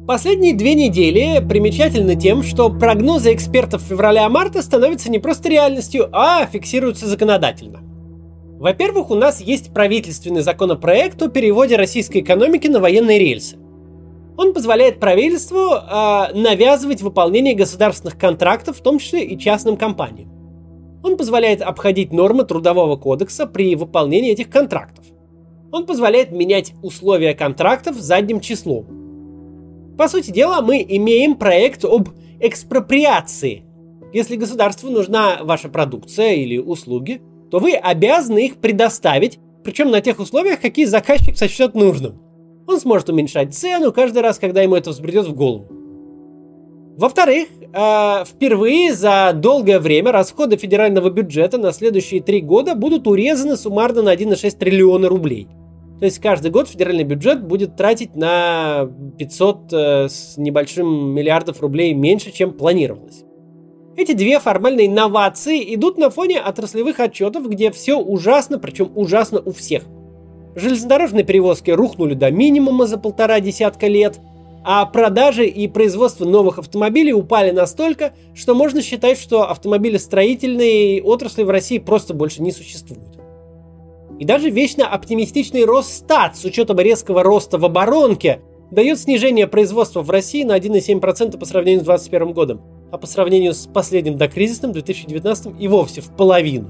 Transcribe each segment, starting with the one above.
Последние 2 недели примечательны тем, что прогнозы экспертов февраля-марта становятся не просто реальностью, а фиксируются законодательно. Во-первых, у нас есть правительственный законопроект о переводе российской экономики на военные рельсы. Он позволяет правительству навязывать выполнение государственных контрактов, в том числе и частным компаниям. Он позволяет обходить нормы Трудового кодекса при выполнении этих контрактов. Он позволяет менять условия контрактов задним числом. По сути дела, мы имеем проект об экспроприации. Если государству нужна ваша продукция или услуги, то вы обязаны их предоставить, причем на тех условиях, какие заказчик сочтет нужным. Он сможет уменьшать цену каждый раз, когда ему это взбредет в голову. Во-вторых, впервые за долгое время расходы федерального бюджета на следующие 3 года будут урезаны суммарно на 1,6 триллиона рублей. То есть каждый год федеральный бюджет будет тратить на 500 с небольшим миллиардов рублей меньше, чем планировалось. Эти 2 формальные новации идут на фоне отраслевых отчетов, где все ужасно, причем ужасно у всех. Железнодорожные перевозки рухнули до минимума за 1,5 десятка лет, а продажи и производство новых автомобилей упали настолько, что можно считать, что автомобилестроительной отрасли в России просто больше не существует. И даже вечно оптимистичный Росстат с учетом резкого роста в оборонке дает снижение производства в России на 1,7% по сравнению с 2021 годом, а по сравнению с последним докризисным 2019 и вовсе в половину.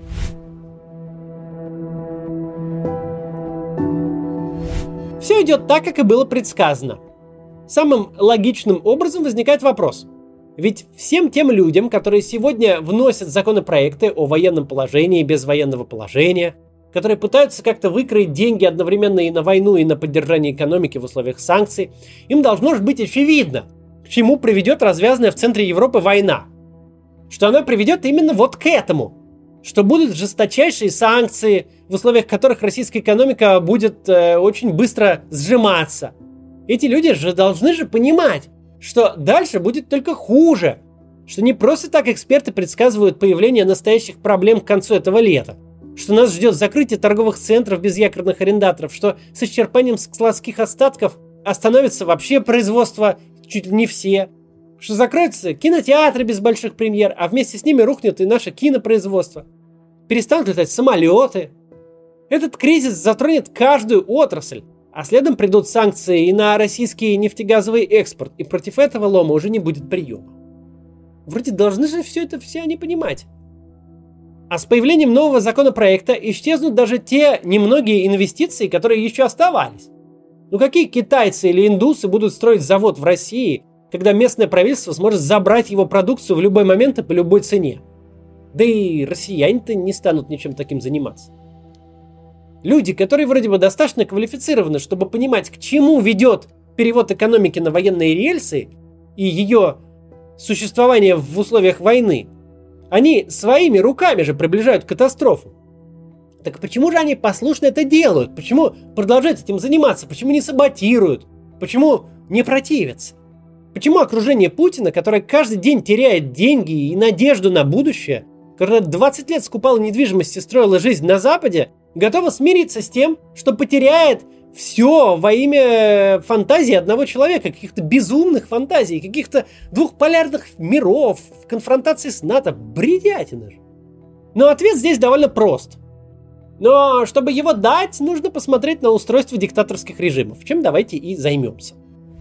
Все идет так, как и было предсказано. Самым логичным образом возникает вопрос. Ведь всем тем людям, которые сегодня вносят законопроекты о военном положении без военного положения, которые пытаются как-то выкроить деньги одновременно и на войну, и на поддержание экономики в условиях санкций, им должно же быть очевидно, к чему приведет развязанная в центре Европы война. Что она приведет именно вот к этому. Что будут жесточайшие санкции, в условиях которых российская экономика будет очень быстро сжиматься. Эти люди же должны же понимать, что дальше будет только хуже. Что не просто так эксперты предсказывают появление настоящих проблем к концу этого лета. Что нас ждет закрытие торговых центров без якорных арендаторов. Что с исчерпанием складских остатков остановится вообще производство чуть ли не все. Что закроются кинотеатры без больших премьер, а вместе с ними рухнет и наше кинопроизводство. Перестанут летать самолеты. Этот кризис затронет каждую отрасль, а следом придут санкции и на российский нефтегазовый экспорт, и против этого лома уже не будет приема. Вроде должны же все они понимать. А с появлением нового законопроекта исчезнут даже те немногие инвестиции, которые еще оставались. Ну какие китайцы или индусы будут строить завод в России, когда местное правительство сможет забрать его продукцию в любой момент и по любой цене? Да и россияне-то не станут ничем таким заниматься. Люди, которые вроде бы достаточно квалифицированы, чтобы понимать, к чему ведет перевод экономики на военные рельсы и ее существование в условиях войны, они своими руками же приближают катастрофу. Так почему же они послушно это делают? Почему продолжают этим заниматься? Почему не саботируют? Почему не противятся? Почему окружение Путина, которое каждый день теряет деньги и надежду на будущее, которое 20 лет скупало недвижимость и строило жизнь на Западе, готово смириться с тем, что потеряет все во имя фантазии одного человека, каких-то безумных фантазий, каких-то двухполярных миров, в конфронтации с НАТО? Бредятина же. Но ответ здесь довольно прост. Но чтобы его дать, нужно посмотреть на устройство диктаторских режимов, чем давайте и займемся.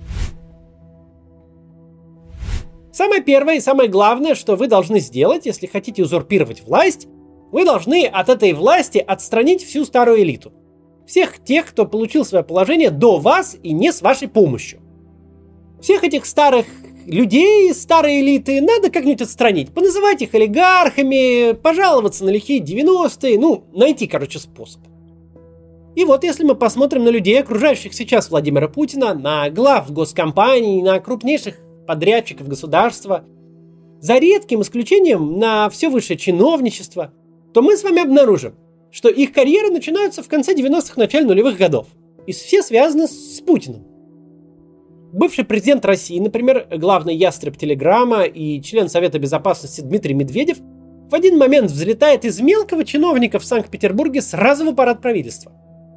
Самое первое и самое главное, что вы должны сделать, если хотите узурпировать власть, вы должны от этой власти отстранить всю старую элиту. Всех тех, кто получил свое положение до вас и не с вашей помощью. Всех этих старых людей, старой элиты надо как-нибудь отстранить. Поназывать их олигархами, пожаловаться на лихие 90-е, найти, способ. И вот если мы посмотрим на людей, окружающих сейчас Владимира Путина, на глав госкомпаний, на крупнейших подрядчиков государства, за редким исключением на все высшее чиновничество, то мы с вами обнаружим, что их карьеры начинаются в конце 90-х, начале нулевых годов. И все связаны с Путиным. Бывший президент России, например, главный ястреб Телеграма и член Совета Безопасности Дмитрий Медведев в один момент взлетает из мелкого чиновника в Санкт-Петербурге сразу в аппарат правительства.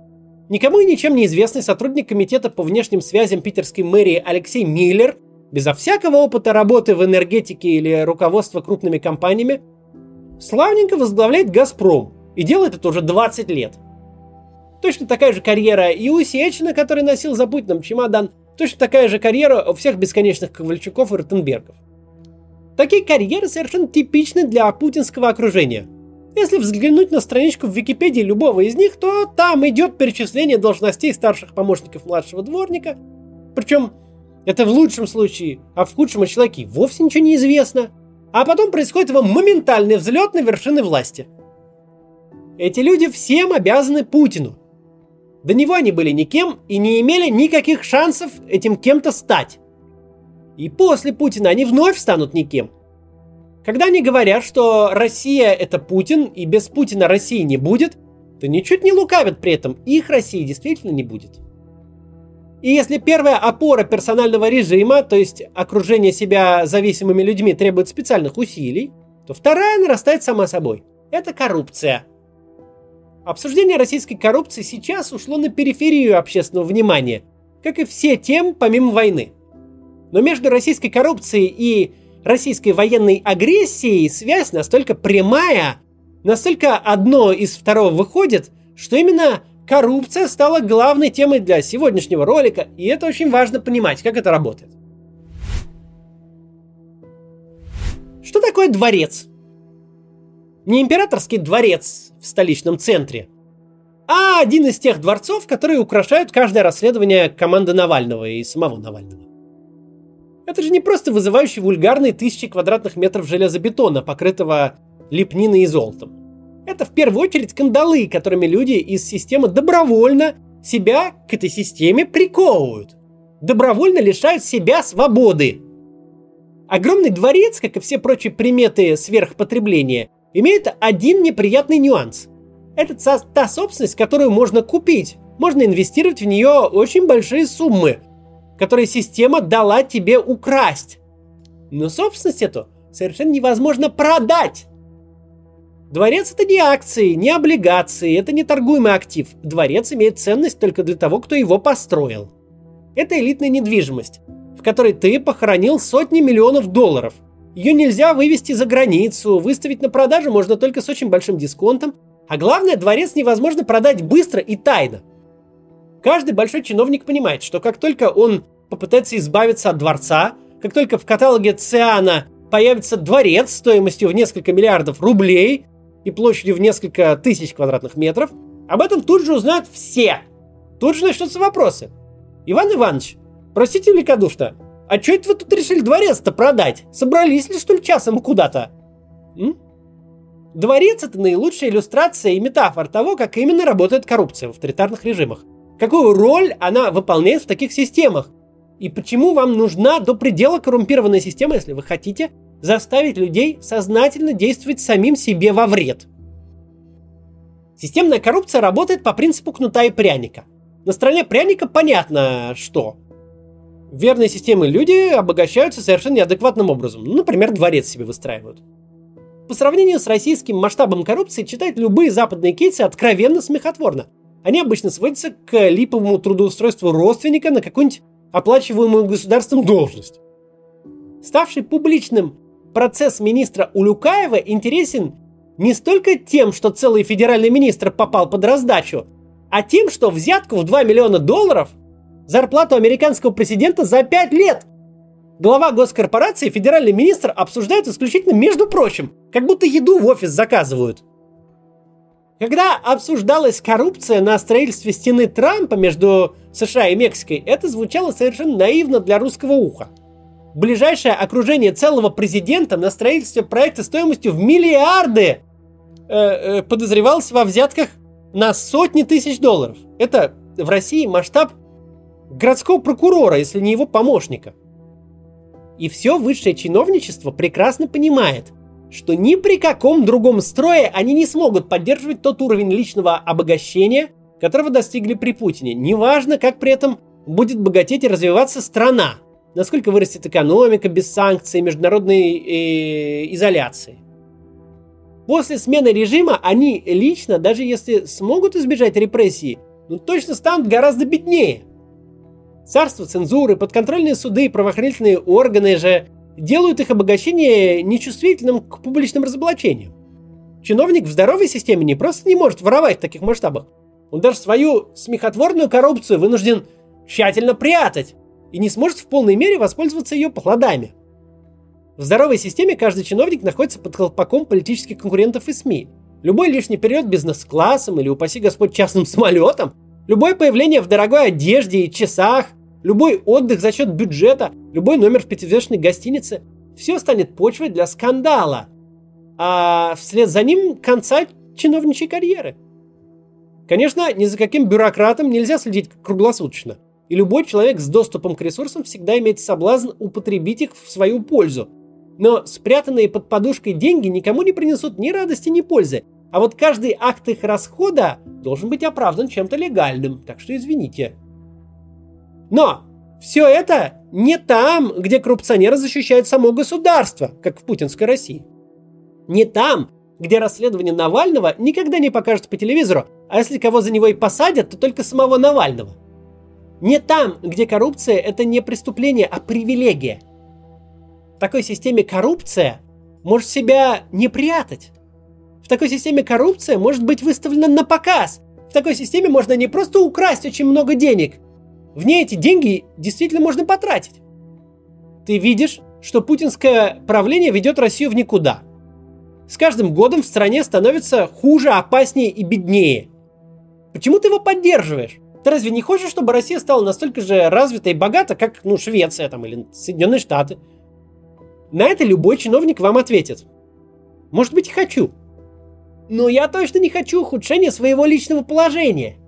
Никому и ничем не известный сотрудник комитета по внешним связям питерской мэрии Алексей Миллер, безо всякого опыта работы в энергетике или руководства крупными компаниями, славненько возглавляет «Газпром» и делает это уже 20 лет. Точно такая же карьера и у Сечина, который носил за Путиным чемодан, точно такая же карьера у всех бесконечных Ковальчуков и Ротенбергов. Такие карьеры совершенно типичны для путинского окружения. Если взглянуть на страничку в Википедии любого из них, то там идет перечисление должностей старших помощников младшего дворника. Причем это в лучшем случае, а в худшем о человеке вовсе ничего не известно. А потом происходит его моментальный взлет на вершины власти. Эти люди всем обязаны Путину. До него они были никем и не имели никаких шансов этим кем-то стать. И после Путина они вновь станут никем. Когда они говорят, что Россия это Путин, и без Путина России не будет, то ничуть не лукавят при этом, их России действительно не будет. И если первая опора персонального режима, то есть окружение себя зависимыми людьми, требует специальных усилий, то вторая нарастает сама собой. Это коррупция. Обсуждение российской коррупции сейчас ушло на периферию общественного внимания, как и все темы помимо войны. Но между российской коррупцией и российской военной агрессией связь настолько прямая, настолько одно из второго выходит, что именно коррупция стала главной темой для сегодняшнего ролика, и это очень важно понимать, как это работает. Что такое дворец? Не императорский дворец в столичном центре, а один из тех дворцов, которые украшают каждое расследование команды Навального и самого Навального. Это же не просто вызывающие вульгарные 1000 квадратных метров железобетона, покрытого лепниной и золотом. Это в первую очередь кандалы, которыми люди из системы добровольно себя к этой системе приковывают. Добровольно лишают себя свободы. Огромный дворец, как и все прочие приметы сверхпотребления, имеет один неприятный нюанс. Это та собственность, которую можно купить. Можно инвестировать в нее очень большие суммы, которые система дала тебе украсть. Но собственность эту совершенно невозможно продать. Дворец это не акции, не облигации, это не торгуемый актив. Дворец имеет ценность только для того, кто его построил. Это элитная недвижимость, в которой ты похоронил сотни миллионов долларов. Ее нельзя вывести за границу, выставить на продажу можно только с очень большим дисконтом, а главное, дворец невозможно продать быстро и тайно. Каждый большой чиновник понимает, что как только он попытается избавиться от дворца, как только в каталоге Циана появится дворец стоимостью в несколько миллиардов рублей и площадью в несколько тысяч квадратных метров, об этом тут же узнают все. Тут же начнутся вопросы. Иван Иванович, простите великодушно, а что это вы тут решили дворец-то продать? Собрались ли, что ли, часом куда-то? Дворец – это наилучшая иллюстрация и метафора того, как именно работает коррупция в авторитарных режимах. Какую роль она выполняет в таких системах? И почему вам нужна до предела коррумпированная система, если вы хотите заставить людей сознательно действовать самим себе во вред? Системная коррупция работает по принципу кнута и пряника. На стороне пряника понятно, что верные системы люди обогащаются совершенно неадекватным образом. Например, дворец себе выстраивают. По сравнению с российским масштабом коррупции, читать любые западные кейсы откровенно смехотворно. Они обычно сводятся к липовому трудоустройству родственника на какую-нибудь оплачиваемую государством должность. Ставший публичным процесс министра Улюкаева интересен не столько тем, что целый федеральный министр попал под раздачу, а тем, что взятку в $2 миллиона зарплату американского президента за 5 лет глава госкорпорации и федеральный министр обсуждают исключительно между прочим, как будто еду в офис заказывают. Когда обсуждалась коррупция на строительстве стены Трампа между США и Мексикой, это звучало совершенно наивно для русского уха. Ближайшее окружение целого президента на строительстве проекта стоимостью в миллиарды подозревалось во взятках на сотни тысяч долларов. Это в России масштаб городского прокурора, если не его помощника. И все высшее чиновничество прекрасно понимает, что ни при каком другом строе они не смогут поддерживать тот уровень личного обогащения, которого достигли при Путине. Неважно, как при этом будет богатеть и развиваться страна, насколько вырастет экономика без санкций, международной изоляции. После смены режима они лично, даже если смогут избежать репрессий, точно станут гораздо беднее. Царство цензуры, подконтрольные суды и правоохранительные органы же делают их обогащение нечувствительным к публичным разоблачениям. Чиновник в здоровой системе не просто не может воровать в таких масштабах, он даже свою смехотворную коррупцию вынужден тщательно прятать и не сможет в полной мере воспользоваться ее плодами. В здоровой системе каждый чиновник находится под колпаком политических конкурентов и СМИ. Любой лишний перелет бизнес-классом или, упаси Господь, частным самолетом, любое появление в дорогой одежде и часах, любой отдых за счет бюджета, любой номер в пятизвездочной гостинице – все станет почвой для скандала, а вслед за ним конца чиновничьей карьеры. Конечно, ни за каким бюрократом нельзя следить круглосуточно, и любой человек с доступом к ресурсам всегда имеет соблазн употребить их в свою пользу. Но спрятанные под подушкой деньги никому не принесут ни радости, ни пользы, а вот каждый акт их расхода должен быть оправдан чем-то легальным, так что извините. Но все это не там, где коррупционеры защищают само государство, как в путинской России. Не там, где расследование Навального никогда не покажут по телевизору, а если кого за него и посадят, то только самого Навального. Не там, где коррупция – это не преступление, а привилегия. В такой системе коррупция может себя не прятать. В такой системе коррупция может быть выставлена на показ. В такой системе можно не просто украсть очень много денег. В ней эти деньги действительно можно потратить. Ты видишь, что путинское правление ведет Россию в никуда. С каждым годом в стране становится хуже, опаснее и беднее. Почему ты его поддерживаешь? Ты разве не хочешь, чтобы Россия стала настолько же развита и богата, как Швеция или Соединенные Штаты? На это любой чиновник вам ответит. Может быть, и хочу. Но я точно не хочу ухудшения своего личного положения.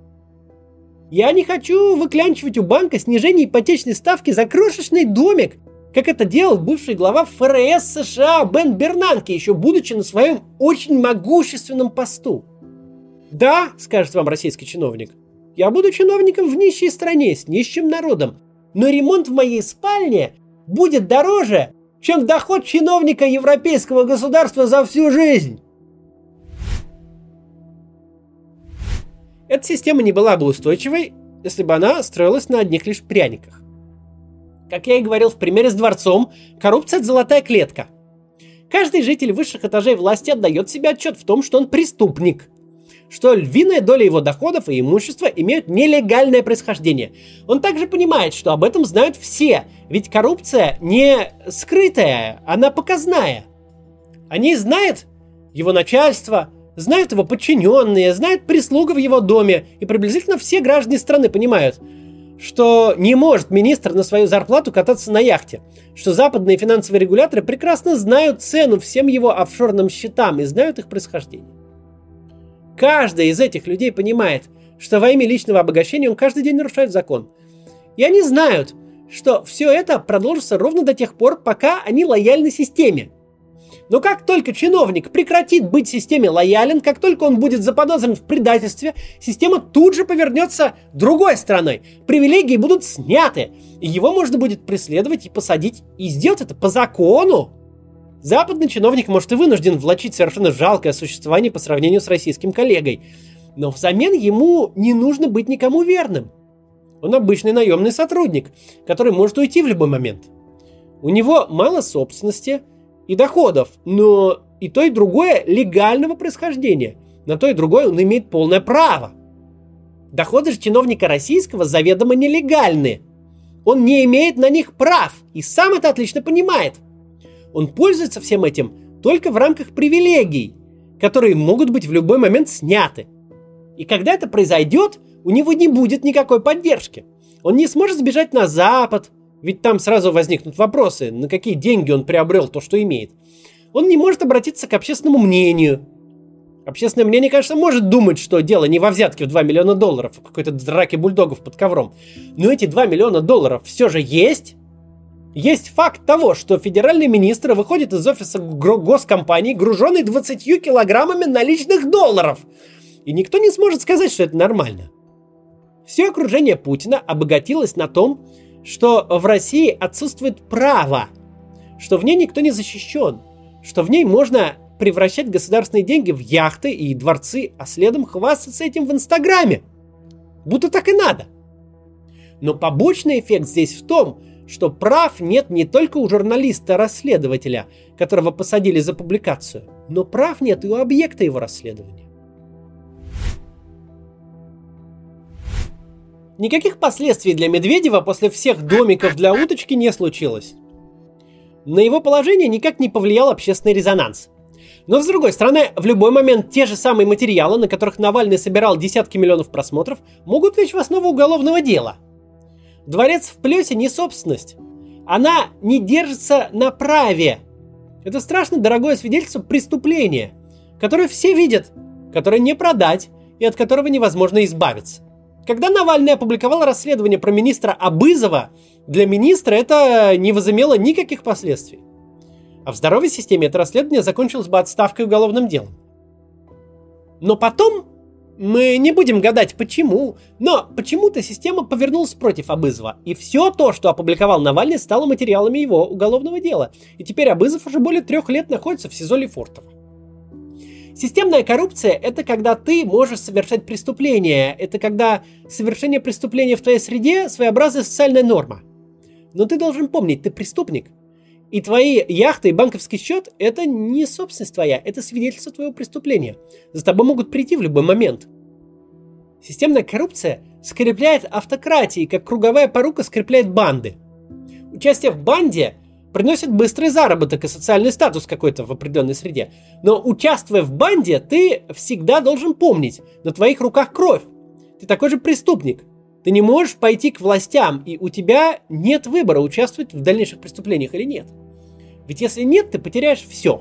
Я не хочу выклянчивать у банка снижение ипотечной ставки за крошечный домик, как это делал бывший глава ФРС США Бен Бернанке, еще будучи на своем очень могущественном посту. Да, скажет вам российский чиновник, я буду чиновником в нищей стране с нищим народом, но ремонт в моей спальне будет дороже, чем доход чиновника европейского государства за всю жизнь. Эта система не была бы устойчивой, если бы она строилась на одних лишь пряниках. Как я и говорил в примере с дворцом, коррупция – это золотая клетка. Каждый житель высших этажей власти отдает себе отчет в том, что он преступник, что львиная доля его доходов и имущества имеют нелегальное происхождение. Он также понимает, что об этом знают все, ведь коррупция не скрытая, она показная. Они знают его начальство, знают его подчиненные, знают прислуга в его доме, и приблизительно все граждане страны понимают, что не может министр на свою зарплату кататься на яхте, что западные финансовые регуляторы прекрасно знают цену всем его офшорным счетам и знают их происхождение. Каждый из этих людей понимает, что во имя личного обогащения он каждый день нарушает закон. И они знают, что все это продолжится ровно до тех пор, пока они лояльны системе. Но как только чиновник прекратит быть системе лоялен, как только он будет заподозрен в предательстве, система тут же повернется другой стороной. Привилегии будут сняты, и его можно будет преследовать и посадить, и сделать это по закону. Западный чиновник может и вынужден влачить совершенно жалкое существование по сравнению с российским коллегой, но взамен ему не нужно быть никому верным. Он обычный наемный сотрудник, который может уйти в любой момент. У него мало собственности и доходов, но и то, и другое легального происхождения. На то и другое он имеет полное право. Доходы же чиновника российского заведомо нелегальны. Он не имеет на них прав и сам это отлично понимает. Он пользуется всем этим только в рамках привилегий, которые могут быть в любой момент сняты. И когда это произойдет, у него не будет никакой поддержки. Он не сможет сбежать на Запад, ведь там сразу возникнут вопросы, на какие деньги он приобрел то, что имеет. Он не может обратиться к общественному мнению. Общественное мнение, конечно, может думать, что дело не во взятке в $2 миллиона, в какой-то драке бульдогов под ковром. Но эти $2 миллиона все же есть. Есть факт того, что федеральный министр выходит из офиса госкомпании, груженный 20 килограммами наличных долларов. И никто не сможет сказать, что это нормально. Все окружение Путина обогатилось на том, что в России отсутствует право, что в ней никто не защищен, что в ней можно превращать государственные деньги в яхты и дворцы, а следом хвастаться этим в Инстаграме. Будто так и надо. Но побочный эффект здесь в том, что прав нет не только у журналиста-расследователя, которого посадили за публикацию, но прав нет и у объекта его расследования. Никаких последствий для Медведева после всех домиков для уточки не случилось. На его положение никак не повлиял общественный резонанс. Но, с другой стороны, в любой момент те же самые материалы, на которых Навальный собирал десятки миллионов просмотров, могут лечь в основу уголовного дела. Дворец в Плёсе не собственность. Она не держится на праве. Это страшно дорогое свидетельство преступления, которое все видят, которое не продать и от которого невозможно избавиться. Когда Навальный опубликовал расследование про министра Абызова, для министра это не возымело никаких последствий. А в здоровой системе это расследование закончилось бы отставкой и уголовным делом. Но потом, мы не будем гадать почему, но почему-то система повернулась против Абызова. И все то, что опубликовал Навальный, стало материалами его уголовного дела. И теперь Абызов уже более 3 лет находится в СИЗО Лефортово. Системная коррупция – это когда ты можешь совершать преступление. Это когда совершение преступления в твоей среде – своеобразная социальная норма. Но ты должен помнить, ты преступник. И твои яхты и банковский счет – это не собственность твоя, это свидетельство твоего преступления. За тобой могут прийти в любой момент. Системная коррупция скрепляет автократии, как круговая порука скрепляет банды. Участие в банде приносит быстрый заработок и социальный статус какой-то в определенной среде. Но участвуя в банде, ты всегда должен помнить, на твоих руках кровь. Ты такой же преступник. Ты не можешь пойти к властям, и у тебя нет выбора, участвовать в дальнейших преступлениях или нет. Ведь если нет, ты потеряешь все.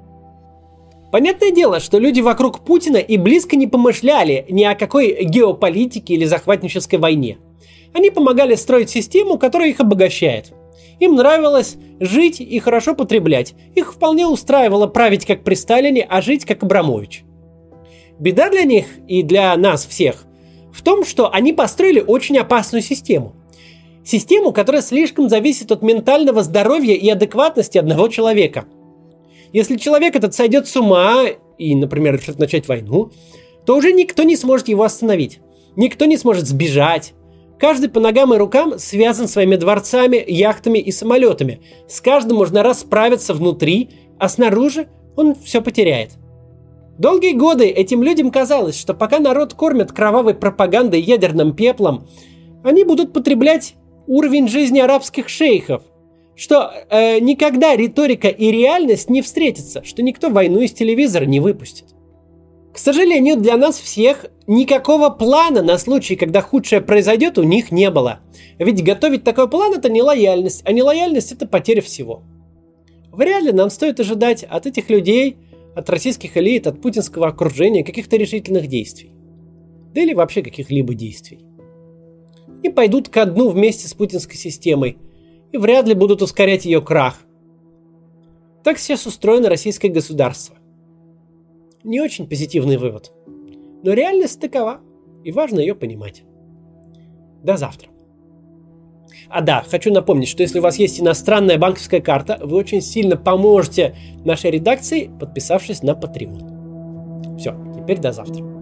Понятное дело, что люди вокруг Путина и близко не помышляли ни о какой геополитике или захватнической войне. Они помогали строить систему, которая их обогащает. Им нравилось жить и хорошо потреблять. Их вполне устраивало править как при Сталине, а жить как Абрамович. Беда для них и для нас всех в том, что они построили очень опасную систему. Систему, которая слишком зависит от ментального здоровья и адекватности одного человека. Если человек этот сойдет с ума и, например, решит начать войну, то уже никто не сможет его остановить. Никто не сможет сбежать. Каждый по ногам и рукам связан своими дворцами, яхтами и самолетами. С каждым можно расправиться внутри, а снаружи он все потеряет. Долгие годы этим людям казалось, что пока народ кормят кровавой пропагандой и ядерным пеплом, они будут потреблять уровень жизни арабских шейхов, что никогда риторика и реальность не встретятся, что никто войну из телевизора не выпустит. К сожалению, для нас всех никакого плана на случай, когда худшее произойдет, у них не было. Ведь готовить такой план – это не лояльность, а нелояльность – это потеря всего. Вряд ли нам стоит ожидать от этих людей, от российских элит, от путинского окружения каких-то решительных действий. Да или вообще каких-либо действий. Они пойдут ко дну вместе с путинской системой и вряд ли будут ускорять ее крах. Так сейчас устроено российское государство. Не очень позитивный вывод. Но реальность такова, и важно ее понимать. До завтра. А да, хочу напомнить, что если у вас есть иностранная банковская карта, вы очень сильно поможете нашей редакции, подписавшись на Patreon. Все, теперь до завтра.